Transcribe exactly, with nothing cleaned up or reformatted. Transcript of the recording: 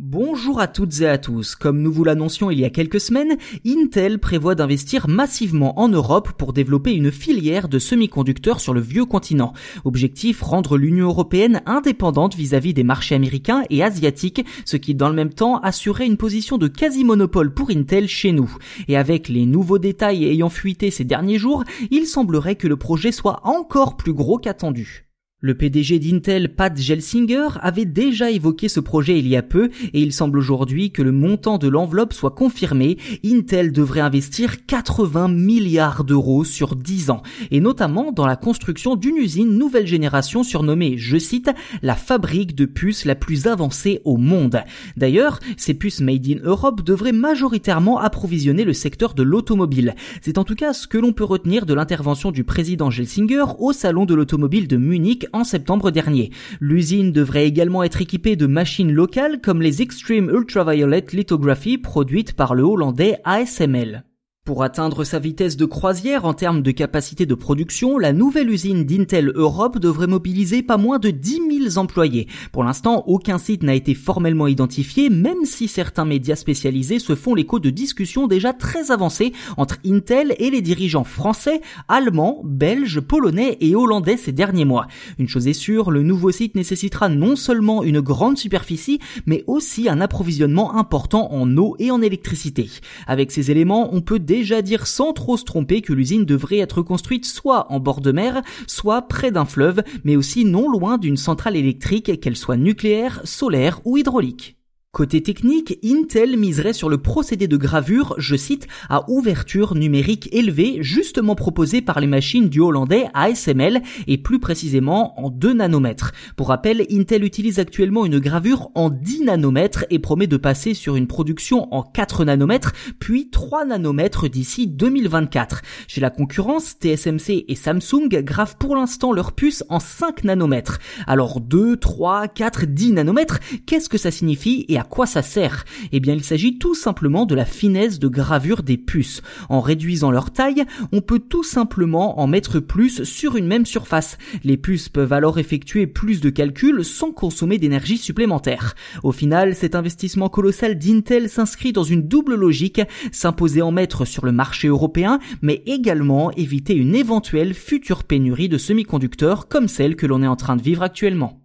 Bonjour à toutes et à tous. Comme nous vous l'annoncions il y a quelques semaines, Intel prévoit d'investir massivement en Europe pour développer une filière de semi-conducteurs sur le vieux continent. Objectif, rendre l'Union européenne indépendante vis-à-vis des marchés américains et asiatiques, ce qui dans le même temps assurait une position de quasi-monopole pour Intel chez nous. Et avec les nouveaux détails ayant fuité ces derniers jours, il semblerait que le projet soit encore plus gros qu'attendu. Le P D G d'Intel, Pat Gelsinger, avait déjà évoqué ce projet il y a peu et il semble aujourd'hui que le montant de l'enveloppe soit confirmé. Intel devrait investir quatre-vingts milliards d'euros sur dix ans et notamment dans la construction d'une usine nouvelle génération surnommée, je cite, la fabrique de puces la plus avancée au monde. D'ailleurs, ces puces made in Europe devraient majoritairement approvisionner le secteur de l'automobile. C'est en tout cas ce que l'on peut retenir de l'intervention du président Gelsinger au salon de l'automobile de Munich en septembre dernier. L'usine devrait également être équipée de machines locales comme les Extreme Ultraviolet Lithography produites par le hollandais A S M L. Pour atteindre sa vitesse de croisière en termes de capacité de production, la nouvelle usine d'Intel Europe devrait mobiliser pas moins de dix mille employés. Pour l'instant, aucun site n'a été formellement identifié, même si certains médias spécialisés se font l'écho de discussions déjà très avancées entre Intel et les dirigeants français, allemands, belges, polonais et hollandais ces derniers mois. Une chose est sûre, le nouveau site nécessitera non seulement une grande superficie, mais aussi un approvisionnement important en eau et en électricité. Avec ces éléments, on peut déjà dire sans trop se tromper que l'usine devrait être construite soit en bord de mer, soit près d'un fleuve, mais aussi non loin d'une centrale électrique, qu'elle soit nucléaire, solaire ou hydraulique. Côté technique, Intel miserait sur le procédé de gravure, je cite, à ouverture numérique élevée, justement proposé par les machines du hollandais A S M L et plus précisément en deux nanomètres. Pour rappel, Intel utilise actuellement une gravure en dix nanomètres et promet de passer sur une production en quatre nanomètres, puis trois nanomètres d'ici deux mille vingt-quatre. Chez la concurrence, T S M C et Samsung gravent pour l'instant leurs puces en cinq nanomètres. Alors deux, trois, quatre, dix nanomètres, qu'est-ce que ça signifie et à quoi ça sert? Eh bien, il s'agit tout simplement de la finesse de gravure des puces. En réduisant leur taille, on peut tout simplement en mettre plus sur une même surface. Les puces peuvent alors effectuer plus de calculs sans consommer d'énergie supplémentaire. Au final, cet investissement colossal d'Intel s'inscrit dans une double logique, s'imposer en maître sur le marché européen, mais également éviter une éventuelle future pénurie de semi-conducteurs comme celle que l'on est en train de vivre actuellement.